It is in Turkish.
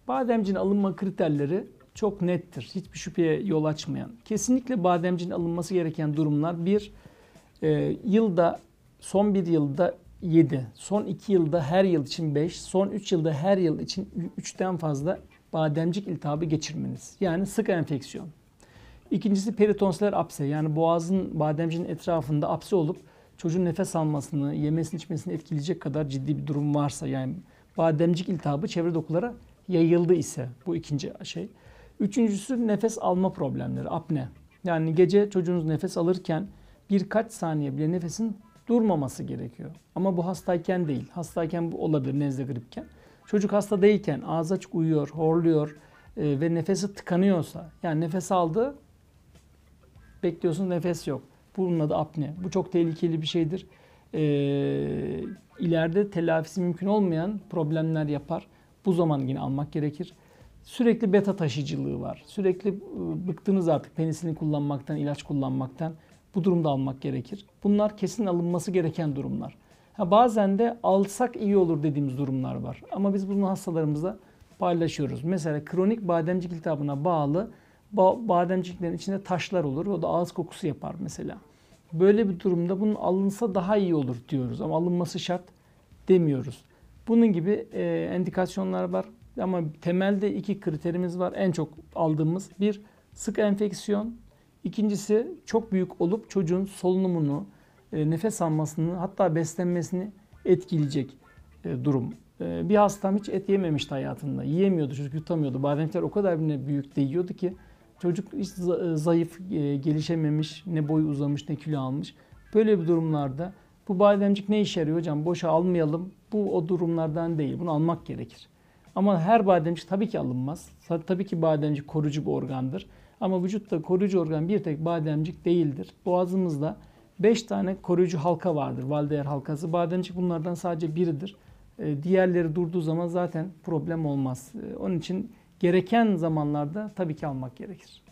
Bademcinin alınma kriterleri çok nettir. Hiçbir şüpheye yol açmayan. Kesinlikle bademcinin alınması gereken durumlar: bir, yılda, son bir yılda 7, son 2 yılda her yıl için 5, son 3 yılda her yıl için 3'ten fazla bademcik iltihabı geçirmeniz. Yani sık enfeksiyon. İkincisi peritonsiler apse, yani boğazın, bademcinin etrafında apse olup çocuğun nefes almasını, yemesini içmesini etkileyecek kadar ciddi bir durum varsa, yani bademcik iltihabı çevre dokulara yayıldı ise, bu ikinci şey. Üçüncüsü nefes alma problemleri, apne. Yani gece çocuğunuz nefes alırken birkaç saniye bile nefesin durmaması gerekiyor. Ama bu hastayken değil. Hastayken bu olabilir, nezle, gripken. Çocuk hasta değilken ağzı açık uyuyor, horluyor ve nefesi tıkanıyorsa, yani nefes aldı, bekliyorsunuz nefes yok. Bunun adı apne. Bu çok tehlikeli bir şeydir. İleride telafisi mümkün olmayan problemler yapar. Bu zaman yine almak gerekir. Sürekli beta taşıyıcılığı var. Sürekli bıktınız artık penisilin kullanmaktan, ilaç kullanmaktan. Bu durumda almak gerekir. Bunlar kesin alınması gereken durumlar. Bazen de alsak iyi olur dediğimiz durumlar var. Ama biz bunu hastalarımızla paylaşıyoruz. Mesela kronik bademcik iltihabına bağlı bademciklerin içinde taşlar olur. O da ağız kokusu yapar mesela. Böyle bir durumda bunun alınsa daha iyi olur diyoruz. Ama alınması şart demiyoruz. Bunun gibi endikasyonlar var. Ama temelde iki kriterimiz var. En çok aldığımız: bir, sık enfeksiyon. İkincisi, çok büyük olup çocuğun solunumunu, nefes almasını, hatta beslenmesini etkileyecek durum. Bir hastam hiç et yememişti hayatında. Yiyemiyordu, çocuk yutamıyordu. Bademcikler o kadar büyük değiyordu ki çocuk hiç zayıf, gelişememiş, ne boyu uzamış ne kilo almış. Böyle bir durumlarda bu bademcik ne işe yarıyor hocam? Boşa almayalım. Bu o durumlardan değil. Bunu almak gerekir. Ama her bademcik tabii ki alınmaz. Tabii ki bademcik koruyucu bir organdır. Ama vücutta koruyucu organ bir tek bademcik değildir. Boğazımızda 5 tane koruyucu halka vardır. Valdeyer halkası. Bademcik bunlardan sadece biridir. Diğerleri durduğu zaman zaten problem olmaz. Onun için gereken zamanlarda tabii ki almak gerekir.